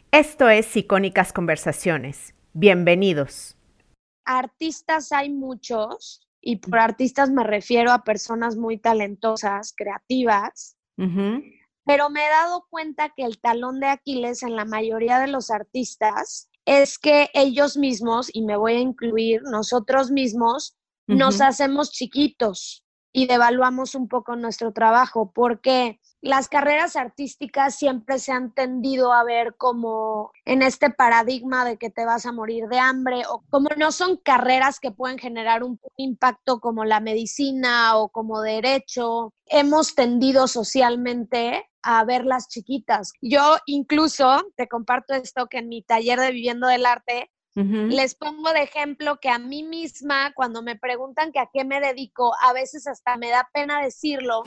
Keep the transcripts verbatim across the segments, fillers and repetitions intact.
Esto es Icónicas Conversaciones. Bienvenidos. Artistas hay muchos, y por artistas me refiero a personas muy talentosas, creativas, Uh-huh. pero me he dado cuenta que el talón de Aquiles en la mayoría de los artistas es que ellos mismos, y me voy a incluir, nosotros mismos, nos Uh-huh. hacemos chiquitos y devaluamos un poco nuestro trabajo, porque las carreras artísticas siempre se han tendido a ver como en este paradigma de que te vas a morir de hambre, o como no son carreras que pueden generar un, un impacto como la medicina o como derecho, hemos tendido socialmente a verlas chiquitas. Yo incluso, te comparto esto, que en mi taller de Viviendo del Arte, Uh-huh. les pongo de ejemplo que a mí misma, cuando me preguntan que a qué me dedico, a veces hasta me da pena decirlo.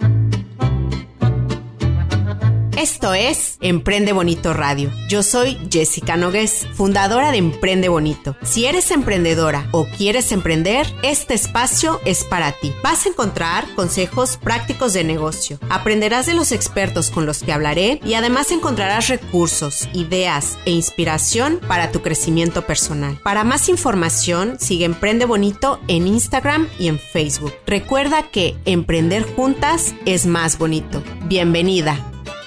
Esto es Emprende Bonito Radio. Yo soy Jessica Nogués, fundadora de Emprende Bonito. Si eres emprendedora o quieres emprender, este espacio es para ti. Vas a encontrar consejos prácticos de negocio, aprenderás de los expertos con los que hablaré y además encontrarás recursos, ideas e inspiración para tu crecimiento personal. Para más información, sigue Emprende Bonito en Instagram y en Facebook. Recuerda que emprender juntas es más bonito. Bienvenida.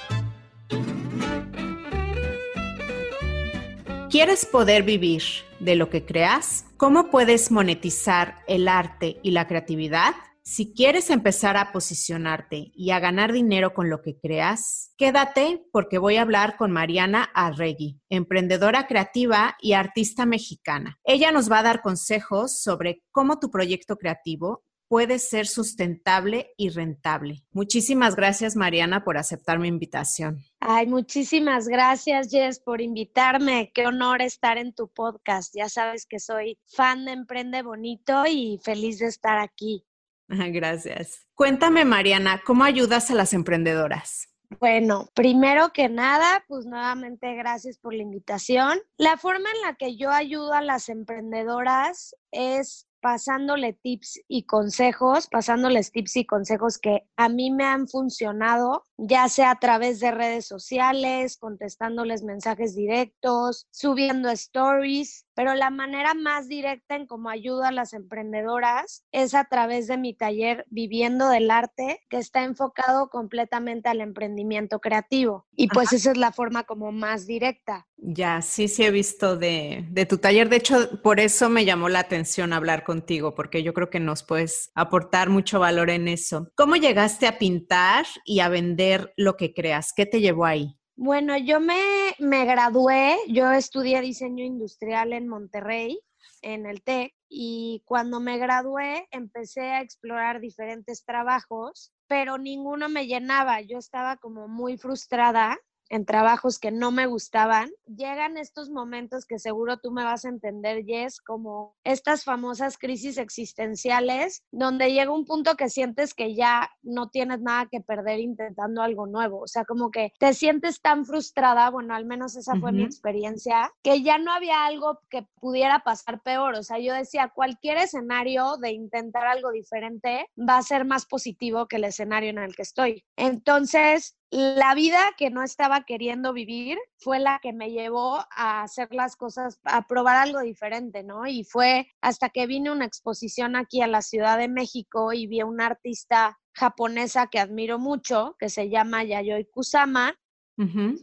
¿Quieres poder vivir de lo que creas? ¿Cómo puedes monetizar el arte y la creatividad? Si quieres empezar a posicionarte y a ganar dinero con lo que creas, quédate porque voy a hablar con Mariana Arregui, emprendedora creativa y artista mexicana. Ella nos va a dar consejos sobre cómo tu proyecto creativo puede ser sustentable y rentable. Muchísimas gracias, Mariana, por aceptar mi invitación. Ay, muchísimas gracias, Jess, por invitarme. Qué honor estar en tu podcast. Ya sabes que soy fan de Emprende Bonito y feliz de estar aquí. Gracias. Cuéntame, Mariana, ¿cómo ayudas a las emprendedoras? Bueno, primero que nada, pues nuevamente gracias por la invitación. La forma en la que yo ayudo a las emprendedoras es pasándole tips y consejos, pasándoles tips y consejos que a mí me han funcionado, ya sea a través de redes sociales, contestándoles mensajes directos, subiendo stories, pero la manera más directa en cómo ayudo a las emprendedoras es a través de mi taller Viviendo del Arte, que está enfocado completamente al emprendimiento creativo. Y pues Ajá. esa es la forma como más directa. Ya, sí, sí he visto de, de tu taller. De hecho, por eso me llamó la atención hablar contigo, porque yo creo que nos puedes aportar mucho valor en eso. ¿Cómo llegaste a pintar y a vender lo que creas? ¿Qué te llevó ahí? Bueno, yo me, me gradué, yo estudié diseño industrial en Monterrey, en el TEC, y cuando me gradué empecé a explorar diferentes trabajos, pero ninguno me llenaba. Yo estaba como muy frustrada en trabajos que no me gustaban. Llegan estos momentos que seguro tú me vas a entender, Jess, como estas famosas crisis existenciales, donde llega un punto que sientes que ya no tienes nada que perder intentando algo nuevo. O sea, como que te sientes tan frustrada, bueno, al menos esa fue mi Ujú. experiencia, que ya no había algo que pudiera pasar peor. O sea, yo decía, cualquier escenario de intentar algo diferente va a ser más positivo que el escenario en el que estoy. Entonces, la vida que no estaba queriendo vivir fue la que me llevó a hacer las cosas, a probar algo diferente, ¿no? Y fue hasta que vine a una exposición aquí a la Ciudad de México y vi a una artista japonesa que admiro mucho, que se llama Yayoi Kusama, Ujú.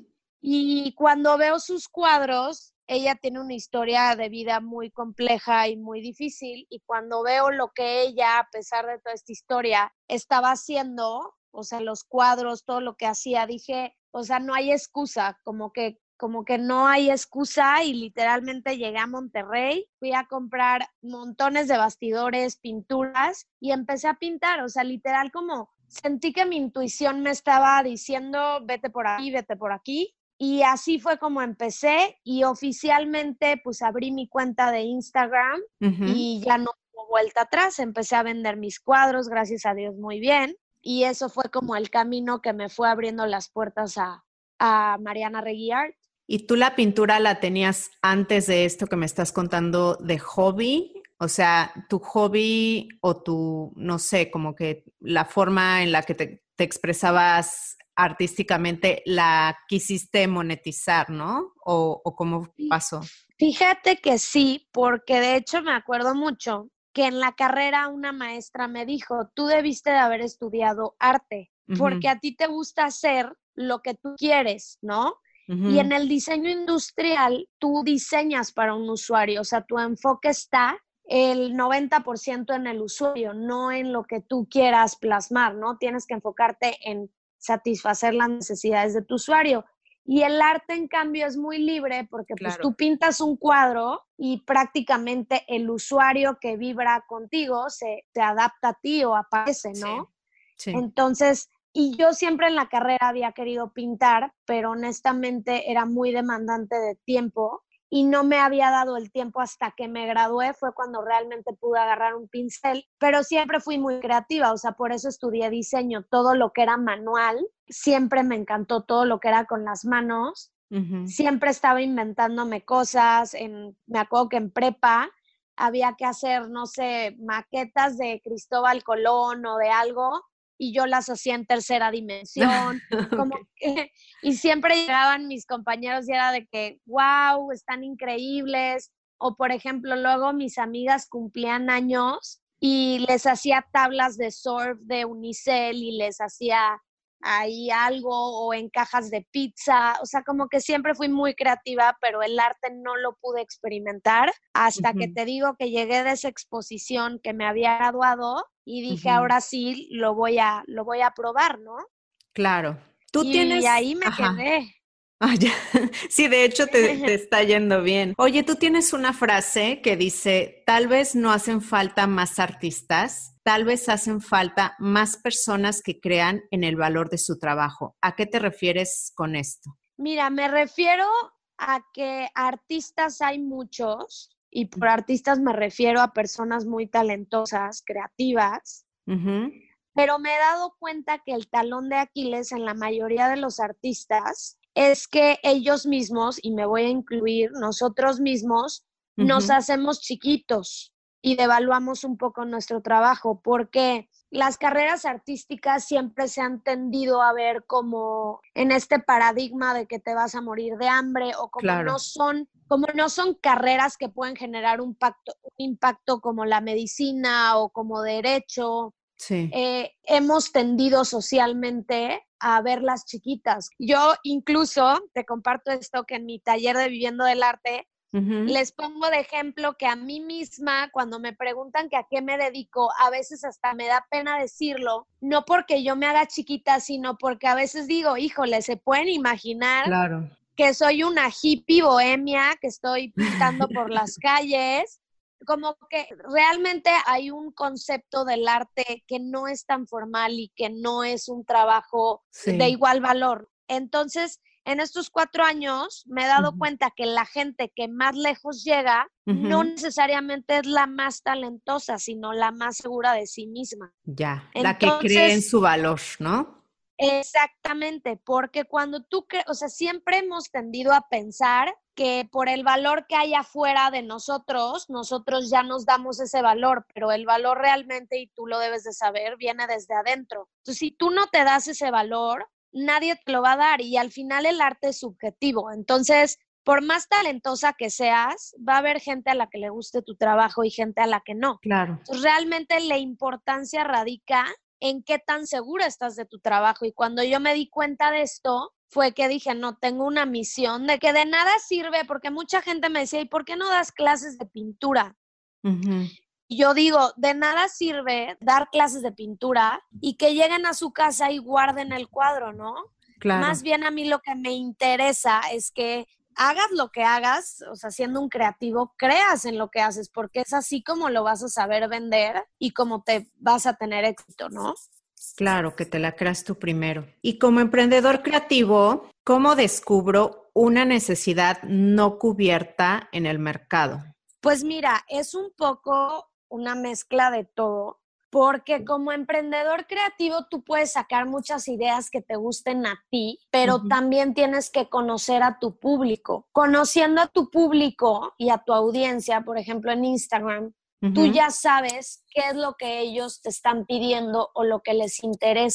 y cuando veo sus cuadros, ella tiene una historia de vida muy compleja y muy difícil, y cuando veo lo que ella, a pesar de toda esta historia, estaba haciendo, o sea, los cuadros, todo lo que hacía, dije, o sea, no hay excusa, como que como que no hay excusa, y literalmente llegué a Monterrey, fui a comprar montones de bastidores, pinturas, y empecé a pintar. O sea, literal, como sentí que mi intuición me estaba diciendo, vete por aquí, vete por aquí, y así fue como empecé, y oficialmente pues abrí mi cuenta de Instagram Ujú. y ya no hubo vuelta atrás. Empecé a vender mis cuadros, gracias a Dios, muy bien, y eso fue como el camino que me fue abriendo las puertas a, a Mariana Regui Art. ¿Y tú la pintura la tenías antes de esto que me estás contando de hobby? O sea, tu hobby o tu, no sé, como que la forma en la que te, te expresabas artísticamente la quisiste monetizar, ¿no? ¿O, o cómo pasó? Fíjate que sí, porque de hecho me acuerdo mucho que en la carrera una maestra me dijo, tú debiste de haber estudiado arte, porque Uh-huh. a ti te gusta hacer lo que tú quieres, ¿no? Y Uh-huh. en el diseño industrial, tú diseñas para un usuario, o sea, tu enfoque está el noventa por ciento en el usuario, no en lo que tú quieras plasmar, ¿no? Tienes que enfocarte en satisfacer las necesidades de tu usuario. Y el arte, en cambio, es muy libre porque pues Claro. tú pintas un cuadro y prácticamente el usuario que vibra contigo se, se adapta a ti o aparece, Sí, ¿no? sí. Entonces, y yo siempre en la carrera había querido pintar, pero honestamente era muy demandante de tiempo y no me había dado el tiempo hasta que me gradué, fue cuando realmente pude agarrar un pincel, pero siempre fui muy creativa, o sea, por eso estudié diseño, todo lo que era manual, siempre me encantó todo lo que era con las manos, Uh-huh. siempre estaba inventándome cosas, en, me acuerdo que en prepa había que hacer, no sé, maquetas de Cristóbal Colón o de algo, y yo las hacía en tercera dimensión, como Okay. que, y siempre llegaban mis compañeros y era de que, wow, están increíbles, o por ejemplo, luego mis amigas cumplían años y les hacía tablas de surf de unicel y les hacía ahí algo o en cajas de pizza, o sea, como que siempre fui muy creativa, pero el arte no lo pude experimentar hasta que Uh-huh. te digo que llegué de esa exposición que me había graduado y dije, Uh-huh. ahora sí lo voy a lo voy a probar, ¿no? Claro. Tú Y tienes, ahí me ajá. quedé. Ah, ya. Sí, de hecho te, te está yendo bien. Oye, tú tienes una frase que dice, tal vez no hacen falta más artistas, tal vez hacen falta más personas que crean en el valor de su trabajo. ¿A qué te refieres con esto? Mira, me refiero a que artistas hay muchos, y por artistas me refiero a personas muy talentosas, creativas, Ujú. pero me he dado cuenta que el talón de Aquiles en la mayoría de los artistas es que ellos mismos, y me voy a incluir, nosotros mismos, nos Ujú. hacemos chiquitos y devaluamos un poco nuestro trabajo, porque las carreras artísticas siempre se han tendido a ver como en este paradigma de que te vas a morir de hambre o como Claro, no son, como no son carreras que pueden generar un, pacto, un impacto como la medicina o como derecho. sí. Eh, hemos tendido socialmente a verlas chiquitas. Yo incluso, te comparto esto, que en mi taller de Viviendo del Arte, Ujú. les pongo de ejemplo que a mí misma, cuando me preguntan que a qué me dedico, a veces hasta me da pena decirlo, no porque yo me haga chiquita, sino porque a veces digo, híjole, se pueden imaginar Claro. que soy una hippie bohemia, que estoy pintando por las calles, como que realmente hay un concepto del arte que no es tan formal y que no es un trabajo de Sí. igual valor. Entonces, en estos cuatro años me he dado Ujú. cuenta que la gente que más lejos llega no Ujú. necesariamente es la más talentosa, sino la más segura de sí misma. Ya, la que cree en Entonces, su valor, ¿no? exactamente, porque cuando tú, cre- o sea, siempre hemos tendido a pensar que por el valor que hay afuera de nosotros, nosotros ya nos damos ese valor, pero el valor realmente, y tú lo debes de saber, viene desde adentro. Entonces, si tú no te das ese valor, nadie te lo va a dar y al final el arte es subjetivo. Entonces, por más talentosa que seas, va a haber gente a la que le guste tu trabajo y gente a la que no. Claro. Entonces, realmente la importancia radica en qué tan segura estás de tu trabajo. Y cuando yo me di cuenta de esto, fue que dije, no, tengo una misión de que de nada sirve, porque mucha gente me decía, ¿y por qué no das clases de pintura? Ujú. Y yo digo, de nada sirve dar clases de pintura y que lleguen a su casa y guarden el cuadro, ¿no? Claro. Más bien a mí lo que me interesa es que hagas lo que hagas, o sea, siendo un creativo, creas en lo que haces, porque es así como lo vas a saber vender y como te vas a tener éxito, ¿no? Claro, que te la creas tú primero. Y como emprendedor creativo, ¿cómo descubro una necesidad no cubierta en el mercado? Pues mira, es un poco una mezcla de todo, porque como emprendedor creativo tú puedes sacar muchas ideas que te gusten a ti, pero Ujú. también tienes que conocer a tu público. Conociendo a tu público y a tu audiencia, por ejemplo en Instagram, tú Ujú. ya sabes qué es lo que ellos te están pidiendo o lo que les interesa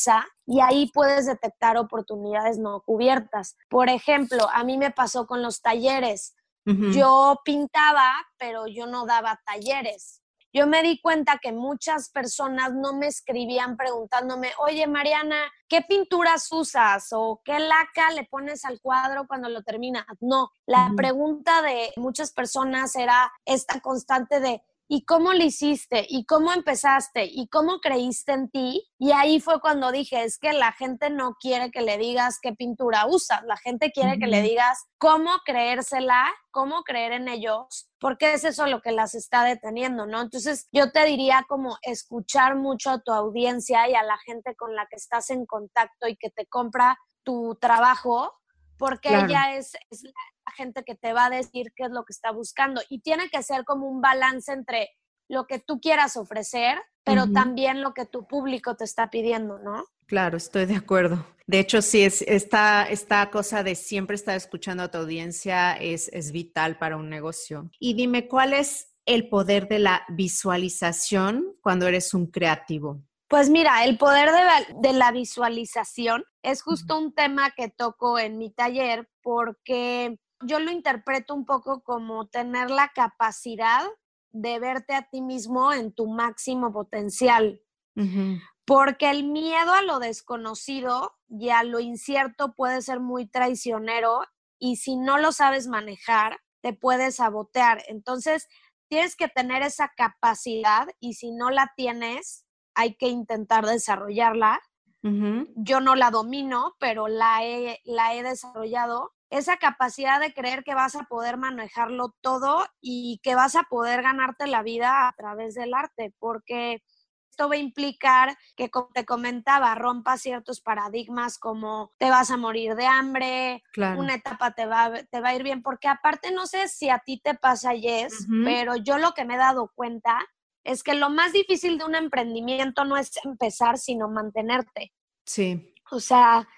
y ahí puedes detectar oportunidades no cubiertas. Por ejemplo, a mí me pasó con los talleres. Uh-huh. Yo pintaba, pero yo no daba talleres. Yo me di cuenta que muchas personas no me escribían preguntándome, oye, Mariana, ¿qué pinturas usas? ¿O qué laca le pones al cuadro cuando lo terminas? No, la uh-huh. pregunta de muchas personas era esta constante de, ¿y cómo lo hiciste? ¿Y cómo empezaste? ¿Y cómo creíste en ti? Y ahí fue cuando dije, es que la gente no quiere que le digas qué pintura usas. La gente quiere uh-huh. que le digas cómo creérsela, cómo creer en ellos, porque es eso lo que las está deteniendo, ¿no? Entonces, yo te diría como escuchar mucho a tu audiencia y a la gente con la que estás en contacto y que te compra tu trabajo, porque claro. ella es, es la gente que te va a decir qué es lo que está buscando. Y tiene que ser como un balance entre lo que tú quieras ofrecer, pero uh-huh. también lo que tu público te está pidiendo, ¿no? Claro, estoy de acuerdo. De hecho, sí, es, esta, esta cosa de siempre estar escuchando a tu audiencia es, es vital para un negocio. Y dime, ¿cuál es el poder de la visualización cuando eres un creativo? Pues mira, el poder de la, de la visualización es justo un tema que toco en mi taller porque yo lo interpreto un poco como tener la capacidad de verte a ti mismo en tu máximo potencial. Uh-huh. Porque el miedo a lo desconocido y a lo incierto puede ser muy traicionero y si no lo sabes manejar, te puedes sabotear. Entonces, tienes que tener esa capacidad y si no la tienes, hay que intentar desarrollarla. Uh-huh. Yo no la domino, pero la he, la he desarrollado. Esa capacidad de creer que vas a poder manejarlo todo y que vas a poder ganarte la vida a través del arte, porque esto va a implicar que, como te comentaba, rompas ciertos paradigmas como te vas a morir de hambre, claro. una etapa te va, te va a ir bien, porque aparte no sé si a ti te pasa, Jess, uh-huh. pero yo lo que me he dado cuenta es que lo más difícil de un emprendimiento no es empezar, sino mantenerte. Sí. O sea,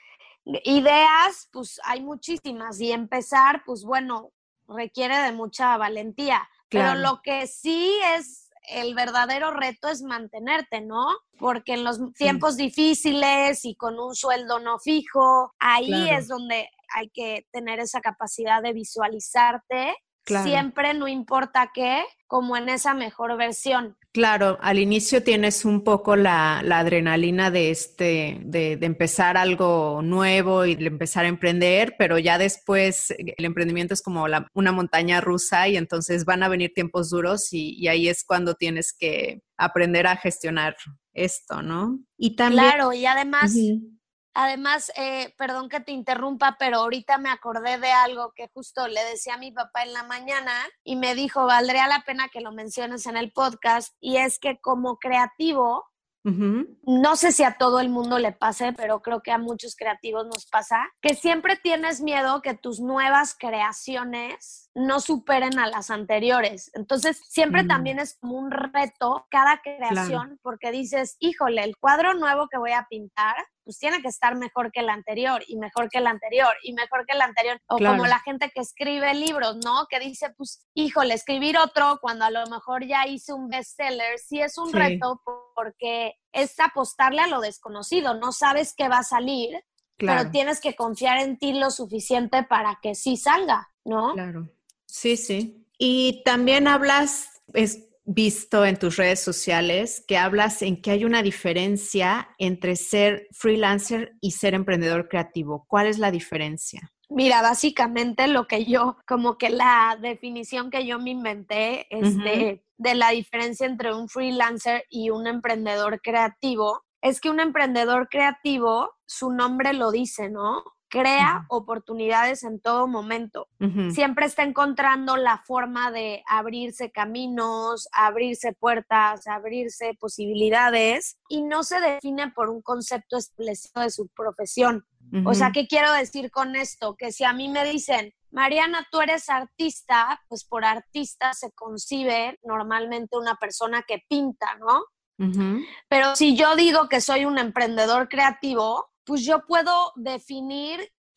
ideas, pues hay muchísimas y empezar, pues bueno, requiere de mucha valentía. Claro. Pero lo que sí es el verdadero reto es mantenerte, ¿no? Porque en los tiempos sí. difíciles y con un sueldo no fijo, ahí claro. es donde hay que tener esa capacidad de visualizarte. Claro. Siempre, no importa qué, como en esa mejor versión. Claro, al inicio tienes un poco la, la adrenalina de, este, de, de empezar algo nuevo y de empezar a emprender, pero ya después el emprendimiento es como la, una montaña rusa y entonces van a venir tiempos duros y, y ahí es cuando tienes que aprender a gestionar esto, ¿no? Y también, claro, y además... Uh-huh. Además, eh, perdón que te interrumpa, pero ahorita me acordé de algo que justo le decía a mi papá en la mañana y me dijo, valdría la pena que lo menciones en el podcast, y es que como creativo, uh-huh. no sé si a todo el mundo le pase, pero creo que a muchos creativos nos pasa, que siempre tienes miedo que tus nuevas creaciones no superen a las anteriores. Entonces, siempre uh-huh. también es como un reto cada creación, claro. porque dices, híjole, el cuadro nuevo que voy a pintar, pues tiene que estar mejor que el anterior, y mejor que el anterior, y mejor que el anterior. O claro. como la gente que escribe libros, ¿no? Que dice, pues, híjole, escribir otro cuando a lo mejor ya hice un bestseller, sí es un sí. reto porque es apostarle a lo desconocido. No sabes qué va a salir, claro. pero tienes que confiar en ti lo suficiente para que sí salga, ¿no? Claro. Sí, sí. Y también hablas... Es... visto en tus redes sociales que hablas en que hay una diferencia entre ser freelancer y ser emprendedor creativo. ¿Cuál es la diferencia? Mira, básicamente lo que yo, como que la definición que yo me inventé este, uh-huh. de la diferencia entre un freelancer y un emprendedor creativo, es que un emprendedor creativo, su nombre lo dice, ¿no? Crea uh-huh. oportunidades en todo momento. Uh-huh. Siempre está encontrando la forma de abrirse caminos, abrirse puertas, abrirse posibilidades y no se define por un concepto establecido de su profesión. Uh-huh. O sea, ¿qué quiero decir con esto? Que si a mí me dicen, Mariana, tú eres artista, pues por artista se concibe normalmente una persona que pinta, ¿no? Uh-huh. Pero si yo digo que soy un emprendedor creativo, pues yo puedo definir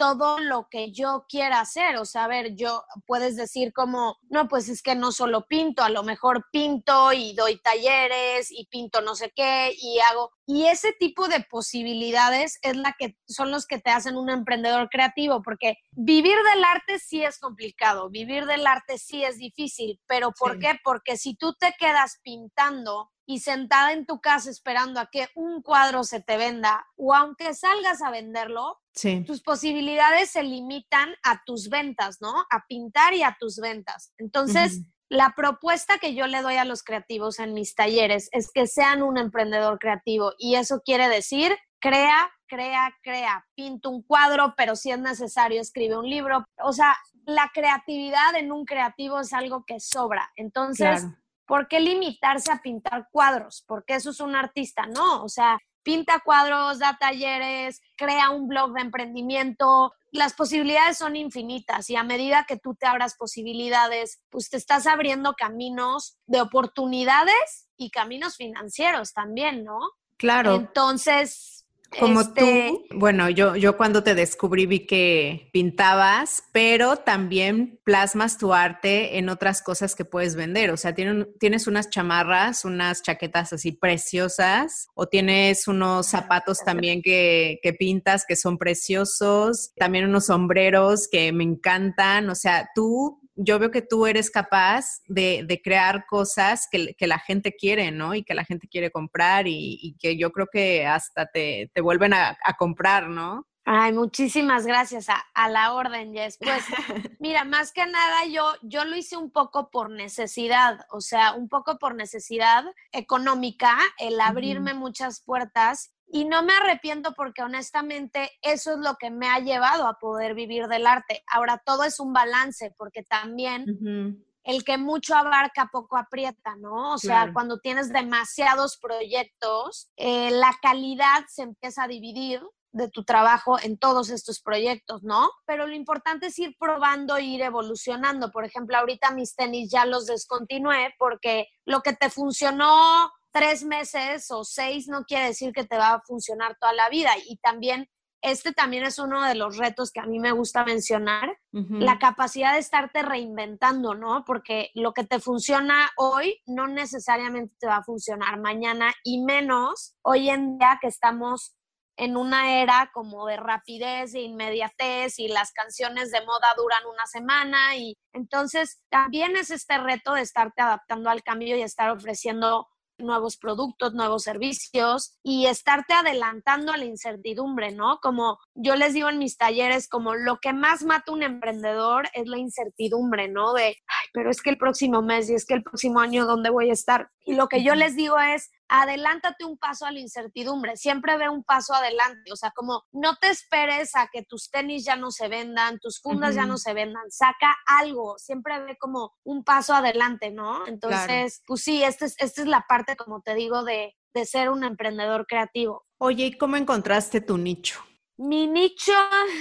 todo lo que yo quiera hacer. O sea, a ver, yo puedes decir como, no, pues es que no solo pinto, a lo mejor pinto y doy talleres y pinto no sé qué y hago. Y ese tipo de posibilidades es la que son los que te hacen un emprendedor creativo, porque vivir del arte sí es complicado, vivir del arte sí es difícil, pero ¿por Sí. qué? Porque si tú te quedas pintando y sentada en tu casa esperando a que un cuadro se te venda, o aunque salgas a venderlo, Sí. tus posibilidades se limitan a tus ventas, ¿no? A pintar y a tus ventas. Entonces, uh-huh. La propuesta que yo le doy a los creativos en mis talleres es que sean un emprendedor creativo, y eso quiere decir crea, crea, crea. Pinta un cuadro, pero si es necesario escribe un libro. O sea, la creatividad en un creativo es algo que sobra. Entonces, claro. ¿Por qué limitarse a pintar cuadros? Porque eso es un artista, ¿no? O sea, pinta cuadros, da talleres, crea un blog de emprendimiento. Las posibilidades son infinitas, y a medida que tú te abras posibilidades, pues te estás abriendo caminos de oportunidades y caminos financieros también, ¿no? Claro. Entonces, como este... tú, bueno, yo, yo cuando te descubrí vi que pintabas, pero también plasmas tu arte en otras cosas que puedes vender. O sea, tienes, tienes unas chamarras, unas chaquetas así preciosas, o tienes unos zapatos también que, que pintas que son preciosos, también unos sombreros que me encantan. O sea, tú... yo veo que tú eres capaz de, de crear cosas que, que la gente quiere, ¿no? Y que la gente quiere comprar, y, y que yo creo que hasta te, te vuelven a, a comprar, ¿no? Ay, muchísimas gracias. A, a la orden, Jess. Pues, mira, más que nada yo, yo lo hice un poco por necesidad, o sea, un poco por necesidad económica, el abrirme uh-huh. muchas puertas. Y no me arrepiento, porque honestamente eso es lo que me ha llevado a poder vivir del arte. Ahora, todo es un balance, porque también uh-huh. el que mucho abarca, poco aprieta, ¿no? O sea, claro. Cuando tienes demasiados proyectos, eh, la calidad se empieza a dividir de tu trabajo en todos estos proyectos, ¿no? Pero lo importante es ir probando e ir evolucionando. Por ejemplo, ahorita mis tenis ya los descontinué, porque lo que te funcionó tres meses o seis no quiere decir que te va a funcionar toda la vida. Y también, este también es uno de los retos que a mí me gusta mencionar, uh-huh. la capacidad de estarte reinventando, ¿no? Porque lo que te funciona hoy no necesariamente te va a funcionar mañana, y menos hoy en día que estamos en una era como de rapidez, de inmediatez, y las canciones de moda duran una semana, y entonces también es este reto de estarte adaptando al cambio y estar ofreciendo nuevos productos, nuevos servicios, y estarte adelantando a la incertidumbre, ¿no? Como yo les digo en mis talleres, como lo que más mata un emprendedor es la incertidumbre, ¿no? De, ay, pero es que el próximo mes, y es que el próximo año, ¿dónde voy a estar? Y lo que yo les digo es, adelántate un paso a la incertidumbre, siempre ve un paso adelante. O sea, como no te esperes a que tus tenis ya no se vendan, tus fundas uh-huh. ya no se vendan, saca algo, siempre ve como un paso adelante, ¿no? Entonces, claro. Pues sí, esta es, esta es la parte, como te digo, de, de ser un emprendedor creativo. Oye, ¿y cómo encontraste tu nicho? Mi nicho...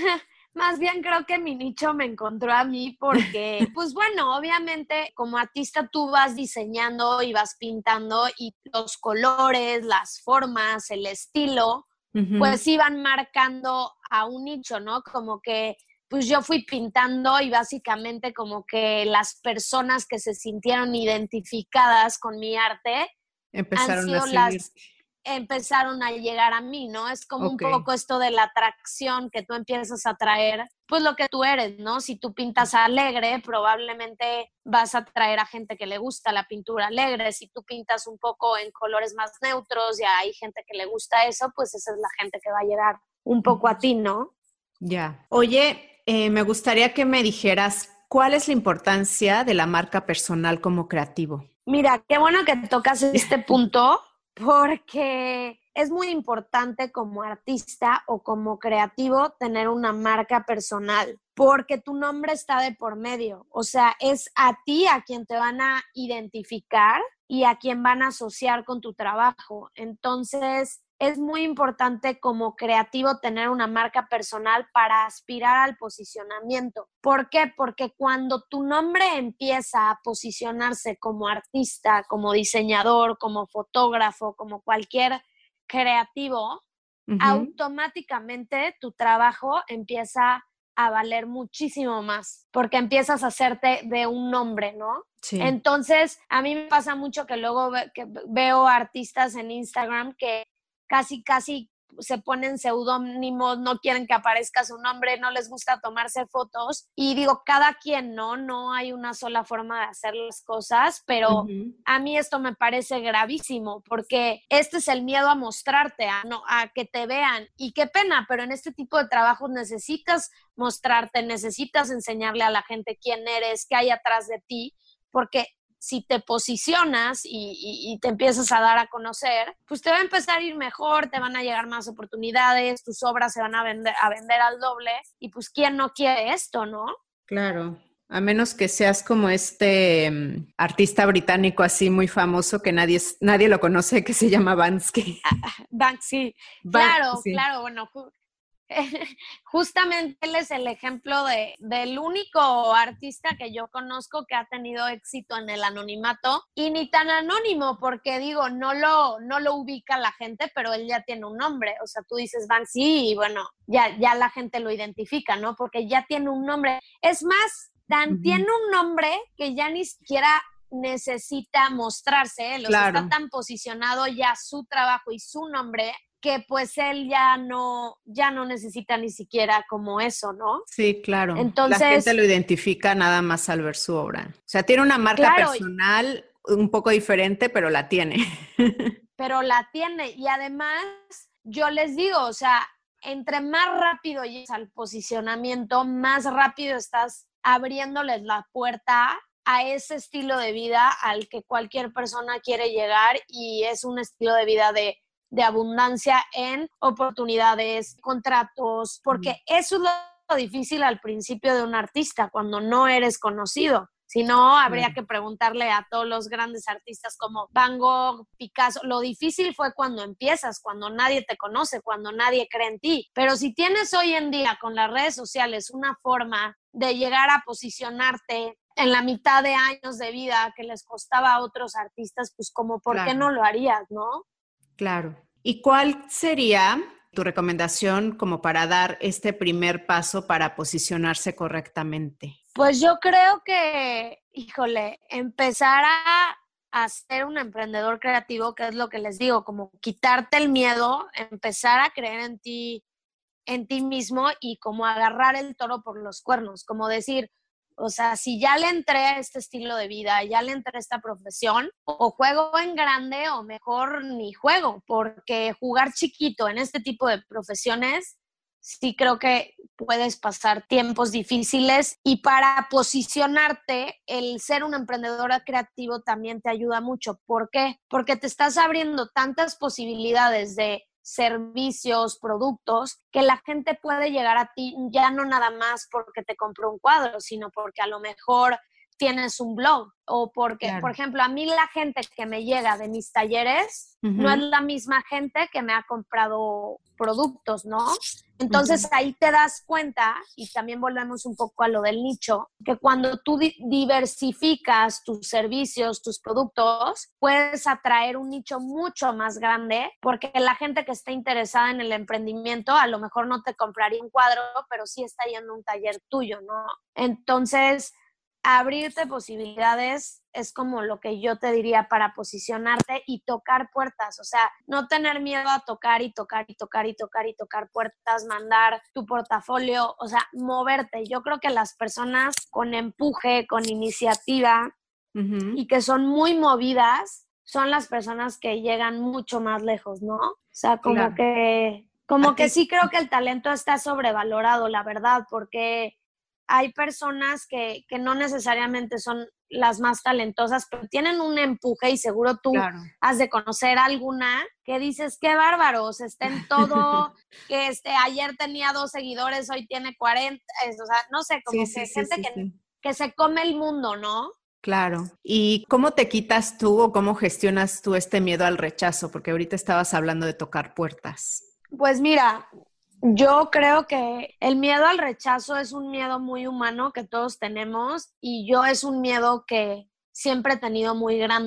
Más bien creo que mi nicho me encontró a mí, porque, pues bueno, obviamente como artista tú vas diseñando y vas pintando, y los colores, las formas, el estilo, uh-huh. pues iban marcando a un nicho, ¿no? Como que pues yo fui pintando, y básicamente como que las personas que se sintieron identificadas con mi arte empezaron han sido a seguir. las... empezaron a llegar a mí, ¿no? Es como okay. un poco esto de la atracción, que tú empiezas a atraer, pues lo que tú eres, ¿no? Si tú pintas alegre, probablemente vas a atraer a gente que le gusta la pintura alegre. Si tú pintas un poco en colores más neutros y hay gente que le gusta eso, pues esa es la gente que va a llegar un poco a ti, ¿no? Ya. Oye, eh, me gustaría que me dijeras, ¿cuál es la importancia de la marca personal como creativo? Mira, qué bueno que tocas este punto, porque es muy importante como artista o como creativo tener una marca personal, porque tu nombre está de por medio. O sea, es a ti a quien te van a identificar y a quien van a asociar con tu trabajo. Entonces, es muy importante como creativo tener una marca personal para aspirar al posicionamiento. ¿Por qué? Porque cuando tu nombre empieza a posicionarse como artista, como diseñador, como fotógrafo, como cualquier creativo, uh-huh. automáticamente tu trabajo empieza a valer muchísimo más, porque empiezas a hacerte de un nombre, ¿no? Sí. Entonces, a mí me pasa mucho que luego ve, que veo artistas en Instagram que casi, casi se ponen seudónimos, no quieren que aparezca su nombre, no les gusta tomarse fotos. Y digo, cada quien, ¿no? No hay una sola forma de hacer las cosas, pero uh-huh. a mí esto me parece gravísimo, porque este es el miedo a mostrarte, a, no, a que te vean. Y qué pena, pero en este tipo de trabajos necesitas mostrarte, necesitas enseñarle a la gente quién eres, qué hay atrás de ti, porque si te posicionas y, y, y te empiezas a dar a conocer, pues te va a empezar a ir mejor, te van a llegar más oportunidades, tus obras se van a vender, a vender al doble, y pues ¿quién no quiere esto, no? Claro, a menos que seas como este um, artista británico así muy famoso que nadie, nadie lo conoce, que se llama Banksy. Ah, Banksy, Ban- claro, sí. claro, bueno, justamente él es el ejemplo de, del único artista que yo conozco que ha tenido éxito en el anonimato, y ni tan anónimo, porque digo, no lo, no lo ubica la gente, pero él ya tiene un nombre. O sea, tú dices Banksy y bueno, ya, ya la gente lo identifica, ¿no? Porque ya tiene un nombre. Es más, tan uh-huh. tiene un nombre que ya ni siquiera necesita mostrarse, él, claro. O sea, está tan posicionado ya su trabajo y su nombre, que pues él ya no, ya no necesita ni siquiera como eso, ¿no? Sí, claro. Entonces, la gente lo identifica nada más al ver su obra. O sea, tiene una marca claro, personal un poco diferente, pero la tiene. Pero la tiene. Y además, yo les digo, o sea, entre más rápido llegas al posicionamiento, más rápido estás abriéndoles la puerta a ese estilo de vida al que cualquier persona quiere llegar, y es un estilo de vida de de abundancia en oportunidades, contratos, porque mm. eso es lo difícil al principio de un artista, cuando no eres conocido. Si no, habría mm. que preguntarle a todos los grandes artistas como Van Gogh, Picasso. Lo difícil fue cuando empiezas, cuando nadie te conoce, cuando nadie cree en ti. Pero si tienes hoy en día con las redes sociales una forma de llegar a posicionarte en la mitad de años de vida que les costaba a otros artistas, pues como, ¿por claro. qué no lo harías, no? Claro. ¿Y cuál sería tu recomendación como para dar este primer paso para posicionarse correctamente? Pues yo creo que, híjole, empezar a, a ser un emprendedor creativo, que es lo que les digo, como quitarte el miedo, empezar a creer en ti, en ti mismo, y como agarrar el toro por los cuernos, como decir, o sea, si ya le entré a este estilo de vida, ya le entré a esta profesión, o juego en grande o mejor ni juego, porque jugar chiquito en este tipo de profesiones, sí creo que puedes pasar tiempos difíciles, y para posicionarte, el ser un emprendedor creativo también te ayuda mucho. ¿Por qué? Porque te estás abriendo tantas posibilidades de servicios, productos, que la gente puede llegar a ti ya no nada más porque te compró un cuadro, sino porque a lo mejor tienes un blog, o porque, claro. por ejemplo, a mí la gente que me llega de mis talleres uh-huh. no es la misma gente que me ha comprado productos, ¿no? Entonces uh-huh. ahí te das cuenta, y también volvemos un poco a lo del nicho, que cuando tú di- diversificas tus servicios, tus productos, puedes atraer un nicho mucho más grande, porque la gente que está interesada en el emprendimiento a lo mejor no te compraría un cuadro, pero sí está yendo a un taller tuyo, ¿no? Entonces, abrirte posibilidades es como lo que yo te diría para posicionarte y tocar puertas. O sea, no tener miedo a tocar y tocar y tocar y tocar y tocar puertas, mandar tu portafolio, o sea, moverte. Yo creo que las personas con empuje, con iniciativa uh-huh. y que son muy movidas, son las personas que llegan mucho más lejos, ¿no? O sea, como claro. que como que sí creo que el talento está sobrevalorado, la verdad, porque hay personas que, que no necesariamente son las más talentosas, pero tienen un empuje, y seguro tú claro. has de conocer alguna que dices, qué bárbaros, está en todo, que este, ayer tenía dos seguidores, hoy tiene cuarenta, es, o sea, no sé, como sí, que sí, gente sí, que, sí. que se come el mundo, ¿no? Claro. ¿Y cómo te quitas tú o cómo gestionas tú este miedo al rechazo? Porque ahorita estabas hablando de tocar puertas. Pues mira, yo creo que el miedo al rechazo es un miedo muy humano que todos tenemos, y yo es un miedo que siempre he tenido muy grande.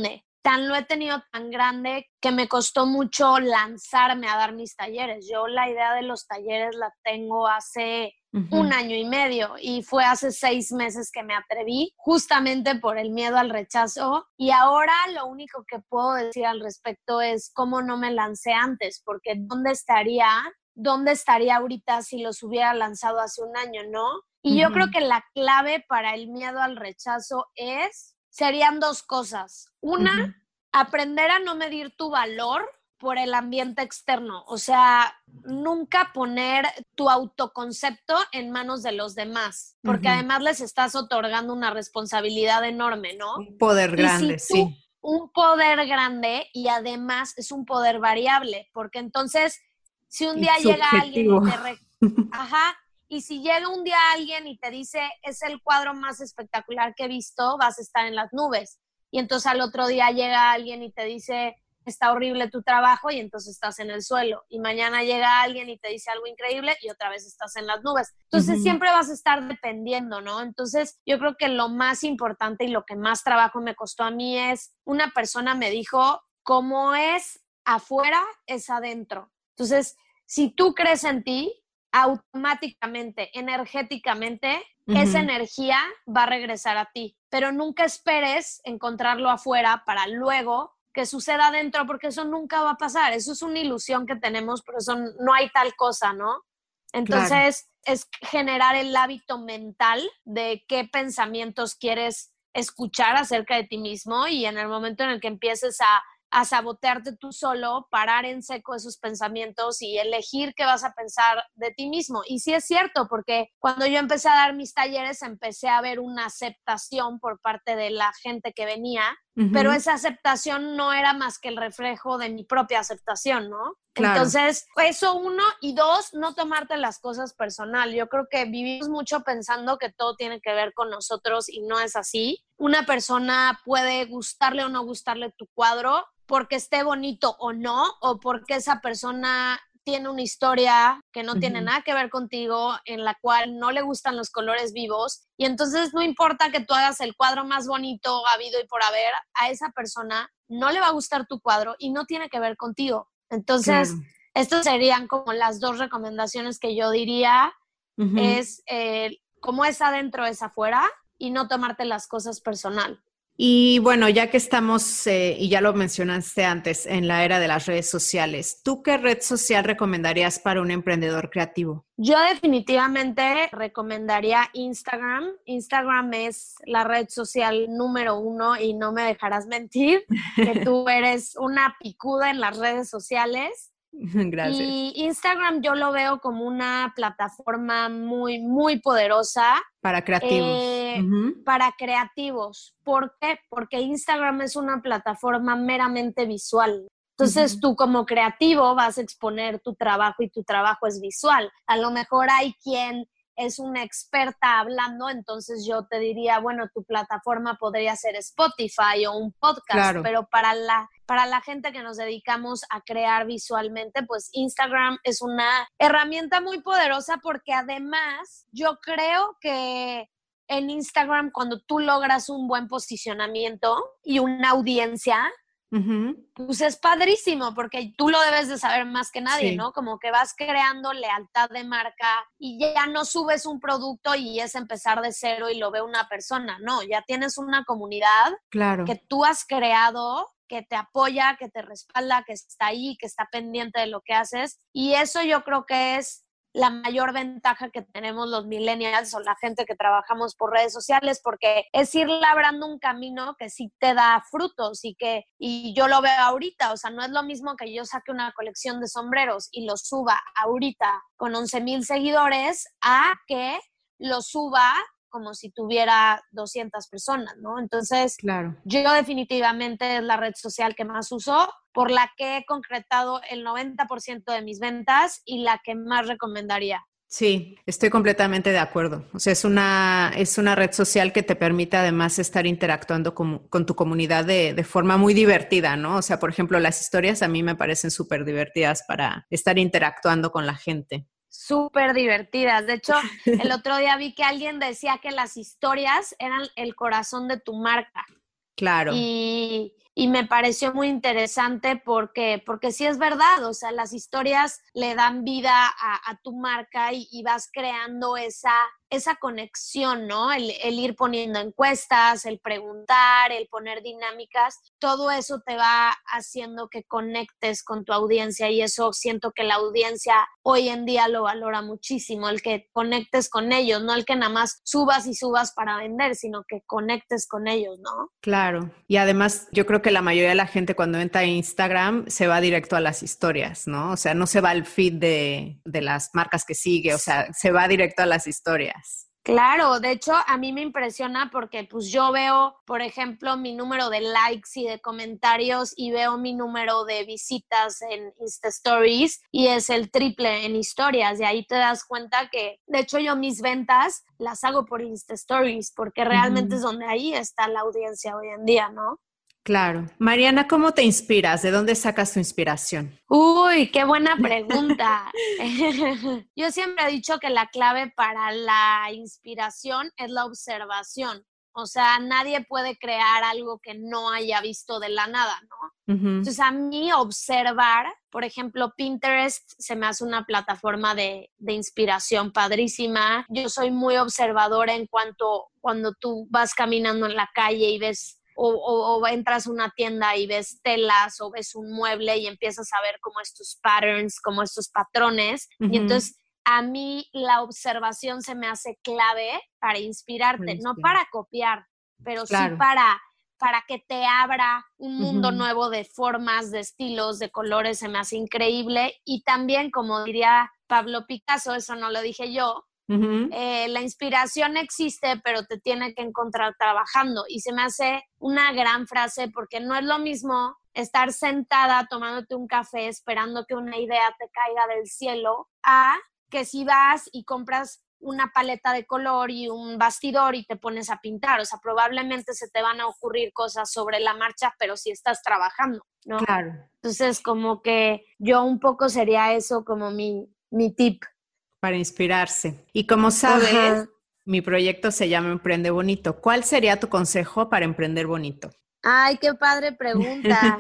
tan lo he tenido tan grande que me costó mucho lanzarme a dar mis talleres. Yo la idea de los talleres la tengo hace uh-huh. un año y medio y fue hace seis meses que me atreví justamente por el miedo al rechazo, y ahora lo único que puedo decir al respecto es cómo no me lancé antes, porque ¿dónde estaría? ¿Dónde estaría ahorita si los hubiera lanzado hace un año, no? Y uh-huh. yo creo que la clave para el miedo al rechazo es, serían dos cosas. Una, uh-huh. aprender a no medir tu valor por el ambiente externo. O sea, nunca poner tu autoconcepto en manos de los demás, porque uh-huh. además les estás otorgando una responsabilidad enorme, ¿no? Un poder grande, si tú, sí. Un poder grande, y además es un poder variable, porque entonces, si un día llega alguien y te... Re... Ajá. Y si llega un día alguien y te dice, es el cuadro más espectacular que he visto, vas a estar en las nubes. Y entonces al otro día llega alguien y te dice, está horrible tu trabajo, y entonces estás en el suelo. Y mañana llega alguien y te dice algo increíble y otra vez estás en las nubes. Entonces uh-huh. siempre vas a estar dependiendo, ¿no? Entonces yo creo que lo más importante y lo que más trabajo me costó a mí es, una persona me dijo, como es afuera, es adentro. Entonces, si tú crees en ti, automáticamente, energéticamente, uh-huh. esa energía va a regresar a ti. Pero nunca esperes encontrarlo afuera para luego que suceda adentro, porque eso nunca va a pasar. Eso es una ilusión que tenemos, pero eso no hay tal cosa, ¿no? Entonces, claro. es generar el hábito mental de qué pensamientos quieres escuchar acerca de ti mismo, y en el momento en el que empieces a a sabotearte tú solo, parar en seco esos pensamientos y elegir qué vas a pensar de ti mismo. Y sí es cierto, porque cuando yo empecé a dar mis talleres, empecé a ver una aceptación por parte de la gente que venía, uh-huh. pero esa aceptación no era más que el reflejo de mi propia aceptación, ¿no? Claro. Entonces, eso uno, y dos, no tomarte las cosas personal. Yo creo que vivimos mucho pensando que todo tiene que ver con nosotros y no es así. Una persona puede gustarle o no gustarle tu cuadro, porque esté bonito o no, o porque esa persona tiene una historia que no uh-huh. tiene nada que ver contigo, en la cual no le gustan los colores vivos, y entonces no importa que tú hagas el cuadro más bonito habido y por haber, a esa persona no le va a gustar tu cuadro y no tiene que ver contigo. Entonces, claro. estas serían como las dos recomendaciones que yo diría, uh-huh. es eh, como es adentro, es afuera, y no tomarte las cosas personal. Y bueno, ya que estamos, eh, y ya lo mencionaste antes, en la era de las redes sociales, ¿tú qué red social recomendarías para un emprendedor creativo? Yo definitivamente recomendaría Instagram. Instagram es la red social número uno, y no me dejarás mentir que tú eres una picuda en las redes sociales. Gracias. Y Instagram yo lo veo como una plataforma muy, muy poderosa. Para creativos. Eh, uh-huh. Para creativos. ¿Por qué? Porque Instagram es una plataforma meramente visual. Entonces uh-huh. tú como creativo vas a exponer tu trabajo, y tu trabajo es visual. A lo mejor hay quien es una experta hablando, entonces yo te diría, bueno, tu plataforma podría ser Spotify o un podcast, claro. pero para la, para la gente que nos dedicamos a crear visualmente, pues Instagram es una herramienta muy poderosa, porque además yo creo que en Instagram, cuando tú logras un buen posicionamiento y una audiencia, uh-huh. pues es padrísimo, porque tú lo debes de saber más que nadie, sí. ¿no? Como que vas creando lealtad de marca, y ya no subes un producto y es empezar de cero y lo ve una persona, no, ya tienes una comunidad claro. que tú has creado, que te apoya, que te respalda, que está ahí, que está pendiente de lo que haces, y eso yo creo que es la mayor ventaja que tenemos los millennials o la gente que trabajamos por redes sociales, porque es ir labrando un camino que sí te da frutos, y que y yo lo veo ahorita. O sea, no es lo mismo que yo saque una colección de sombreros y lo suba ahorita con once mil seguidores a que lo suba como si tuviera doscientas personas, ¿no? Entonces, claro. yo definitivamente es la red social que más uso, por la que he concretado el noventa por ciento de mis ventas y la que más recomendaría. Sí, estoy completamente de acuerdo. O sea, es una, es una red social que te permite además estar interactuando con, con tu comunidad de, de forma muy divertida, ¿no? O sea, por ejemplo, las historias a mí me parecen súper divertidas para estar interactuando con la gente. Súper divertidas. De hecho, el otro día vi que alguien decía que las historias eran el corazón de tu marca. Claro. Y, y me pareció muy interesante porque, porque sí es verdad, o sea, las historias le dan vida a, a tu marca y, y vas creando esa, esa conexión, ¿no? El, el ir poniendo encuestas, el preguntar, el poner dinámicas, todo eso te va haciendo que conectes con tu audiencia y eso siento que la audiencia hoy en día lo valora muchísimo, el que conectes con ellos, no el que nada más subas y subas para vender, sino que conectes con ellos, ¿no? Claro. Y además, yo creo que la mayoría de la gente cuando entra a Instagram se va directo a las historias, ¿no? O sea, no se va al feed de, de las marcas que sigue, o sea, se va directo a las historias. Claro, de hecho a mí me impresiona porque pues yo veo, por ejemplo, mi número de likes y de comentarios y veo mi número de visitas en Insta Stories y es el triple en historias y ahí te das cuenta que, de hecho yo mis ventas las hago por Insta Stories porque realmente Uh-huh. es donde ahí está la audiencia hoy en día, ¿no? Claro. Mariana, ¿cómo te inspiras? ¿De dónde sacas tu inspiración? Uy, qué buena pregunta. Yo siempre he dicho que la clave para la inspiración es la observación. O sea, nadie puede crear algo que no haya visto de la nada, ¿no? Uh-huh. Entonces, a mí observar, por ejemplo, Pinterest se me hace una plataforma de, de inspiración padrísima. Yo soy muy observadora en cuanto cuando tú vas caminando en la calle y ves O, o, o entras a una tienda y ves telas o ves un mueble y empiezas a ver como estos patterns, como estos patrones. Uh-huh. Y entonces a mí la observación se me hace clave para inspirarte, no para copiar, pero Claro. sí para, para que te abra un mundo Uh-huh. nuevo de formas, de estilos, de colores, se me hace increíble. Y también, como diría Pablo Picasso, eso no lo dije yo, Uh-huh. Eh, la inspiración existe, pero te tiene que encontrar trabajando. Y se me hace una gran frase porque no es lo mismo estar sentada tomándote un café esperando que una idea te caiga del cielo a que si vas y compras una paleta de color y un bastidor y te pones a pintar. O sea, probablemente se te van a ocurrir cosas sobre la marcha, pero si estás trabajando, ¿no? Claro. Entonces, como que yo un poco sería eso como mi, mi tip. Para inspirarse. Y como sabes, Ajá. mi proyecto se llama Emprende Bonito. ¿Cuál sería tu consejo para emprender bonito? Ay, qué padre pregunta.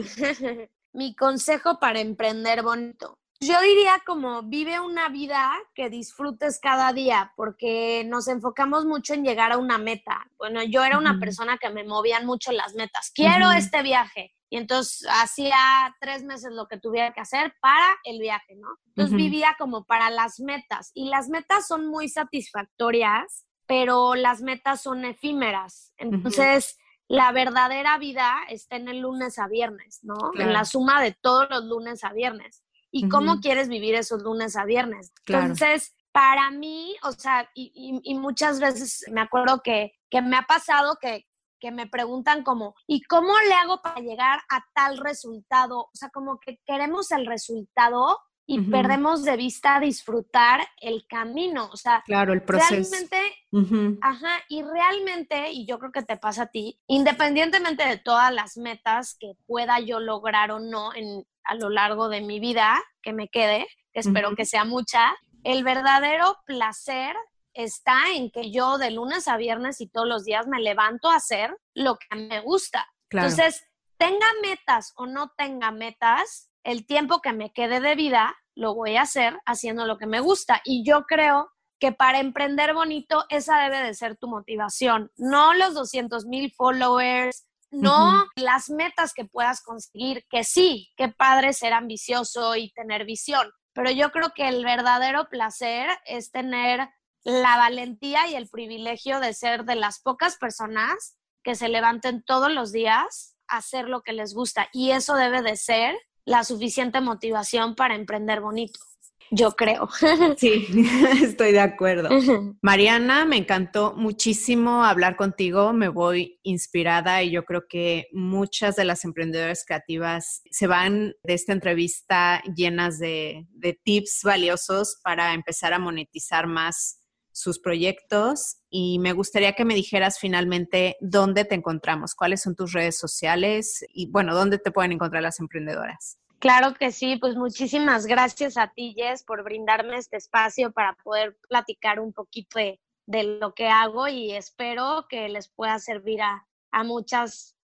Mi consejo para emprender bonito. Yo diría como vive una vida que disfrutes cada día, porque nos enfocamos mucho en llegar a una meta. Bueno, yo era una Uh-huh. persona que me movían mucho las metas. Quiero Uh-huh. este viaje. Y entonces hacía tres meses lo que tuviera que hacer para el viaje, ¿no? Entonces Uh-huh. vivía como para las metas. Y las metas son muy satisfactorias, pero las metas son efímeras. Entonces... Uh-huh. La verdadera vida está en el lunes a viernes, ¿no? Claro. En la suma de todos los lunes a viernes. ¿Y uh-huh. cómo quieres vivir esos lunes a viernes? Claro. Entonces, para mí, o sea, y, y, y muchas veces me acuerdo que, que me ha pasado que, que me preguntan como, ¿y cómo le hago para llegar a tal resultado? O sea, como que queremos el resultado y uh-huh. perdemos de vista disfrutar el camino, o sea, claro, el proceso. Realmente, uh-huh. ajá, y realmente, y yo creo que te pasa a ti, independientemente de todas las metas que pueda yo lograr o no en, a lo largo de mi vida, que me quede, que espero uh-huh. que sea mucha, el verdadero placer está en que yo de lunes a viernes y todos los días me levanto a hacer lo que me gusta. Claro. Entonces, tenga metas o no tenga metas, el tiempo que me quede de vida lo voy a hacer haciendo lo que me gusta. Y yo creo que para emprender bonito esa debe de ser tu motivación. No los doscientos mil followers, no uh-huh. las metas que puedas conseguir, que sí, qué padre ser ambicioso y tener visión. Pero yo creo que el verdadero placer es tener la valentía y el privilegio de ser de las pocas personas que se levanten todos los días a hacer lo que les gusta. Y eso debe de ser la suficiente motivación para emprender bonito, yo creo. Sí, estoy de acuerdo. Uh-huh. Mariana, me encantó muchísimo hablar contigo, me voy inspirada y yo creo que muchas de las emprendedoras creativas se van de esta entrevista llenas de, de tips valiosos para empezar a monetizar más sus proyectos y me gustaría que me dijeras finalmente dónde te encontramos, cuáles son tus redes sociales y bueno, dónde te pueden encontrar las emprendedoras. Claro que sí, pues muchísimas gracias a ti, Jess, por brindarme este espacio para poder platicar un poquito de, de lo que hago y espero que les pueda servir a, a muchas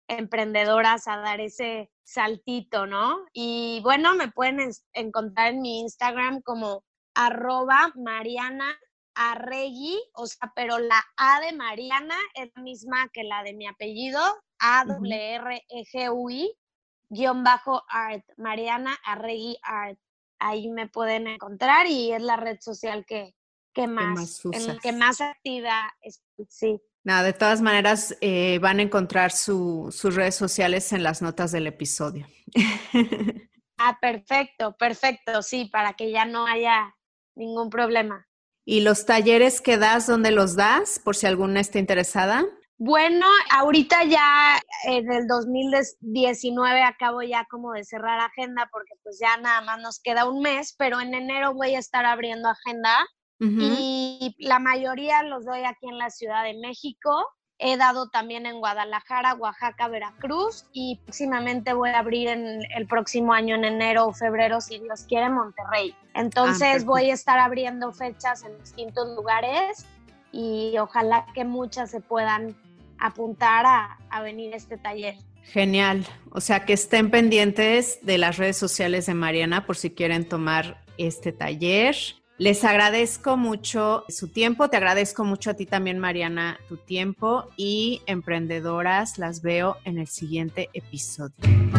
emprendedoras a dar ese saltito, ¿no? Y bueno, me pueden es- encontrar en mi Instagram como arroba Mariana Arregui, o sea, pero la A de Mariana es la misma que la de mi apellido, A W R E G U I, guión bajo art, Mariana Arregui art. Ahí me pueden encontrar y es la red social que, que ¿Qué más, más en la usas? que más activa estoy, sí. Nada, de todas maneras, eh, van a encontrar su, sus redes sociales en las notas del episodio. Ah, perfecto, perfecto, sí, para que ya no haya ningún problema. ¿Y los talleres que das, dónde los das? Por si alguna está interesada. Bueno, ahorita ya en el dos mil diecinueve acabo ya como de cerrar agenda porque pues ya nada más nos queda un mes, pero en enero voy a estar abriendo agenda Uh-huh. y la mayoría los doy aquí en la Ciudad de México. He dado también en Guadalajara, Oaxaca, Veracruz y próximamente voy a abrir en el próximo año en enero o febrero, si Dios quiere, Monterrey. Entonces Ah, voy a estar abriendo fechas en distintos lugares y ojalá que muchas se puedan apuntar a, a venir a este taller. genial. O sea, que estén pendientes de las redes sociales de Mariana por si quieren tomar este taller. Les agradezco mucho su tiempo, te agradezco mucho a ti también, Mariana, tu tiempo y emprendedoras, las veo en el siguiente episodio.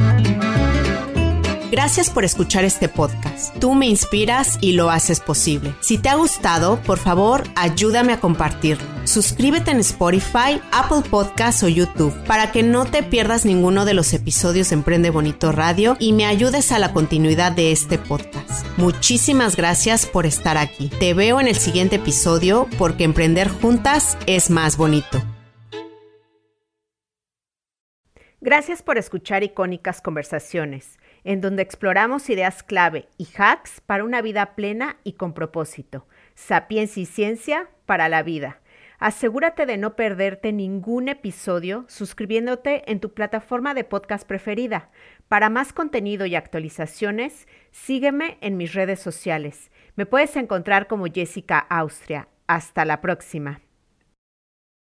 Gracias por escuchar este podcast. Tú me inspiras y lo haces posible. Si te ha gustado, por favor, ayúdame a compartirlo. Suscríbete en Spotify, Apple Podcasts o YouTube para que no te pierdas ninguno de los episodios de Emprende Bonito Radio y me ayudes a la continuidad de este podcast. Muchísimas gracias por estar aquí. Te veo en el siguiente episodio porque emprender juntas es más bonito. Gracias por escuchar Icónicas Conversaciones, en donde exploramos ideas clave y hacks para una vida plena y con propósito. Sapiencia y ciencia para la vida. Asegúrate de no perderte ningún episodio suscribiéndote en tu plataforma de podcast preferida. Para más contenido y actualizaciones, sígueme en mis redes sociales. Me puedes encontrar como Jessica Austria. Hasta la próxima.